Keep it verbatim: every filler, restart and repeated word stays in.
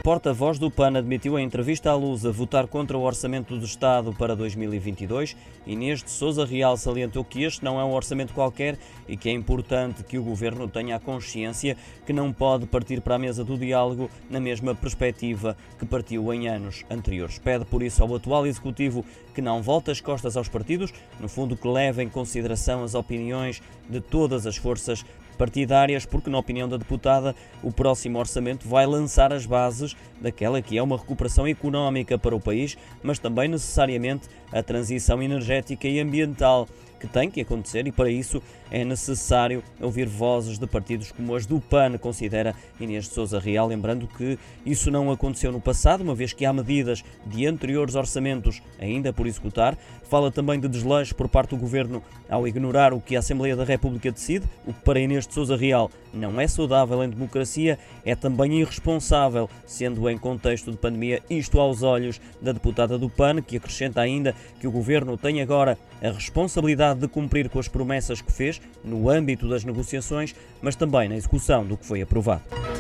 Porta-voz do P A N admitiu em entrevista à Lusa votar contra o Orçamento do Estado para dois mil e vinte e dois. Inês de Sousa Real salientou que este não é um orçamento qualquer e que é importante que o Governo tenha a consciência que não pode partir para a mesa do diálogo na mesma perspectiva que partiu em anos anteriores. Pede por isso ao atual Executivo que não volte as costas aos partidos, no fundo que leve em consideração as opiniões de todas as forças partidárias, porque, na opinião da deputada, o próximo orçamento vai lançar as bases daquela que é uma recuperação económica para o país, mas também necessariamente a transição energética e ambiental que tem que acontecer, e para isso é necessário ouvir vozes de partidos como as do P A N, considera Inês de Sousa Real, lembrando que isso não aconteceu no passado, uma vez que há medidas de anteriores orçamentos ainda por executar. Fala também de desleixo por parte do Governo ao ignorar o que a Assembleia da República decide, o que para Inês de Sousa Real não é saudável em democracia, é também irresponsável, sendo em contexto de pandemia, isto aos olhos da deputada do P A N, que acrescenta ainda que o Governo tem agora a responsabilidade de cumprir com as promessas que fez no âmbito das negociações, mas também na execução do que foi aprovado.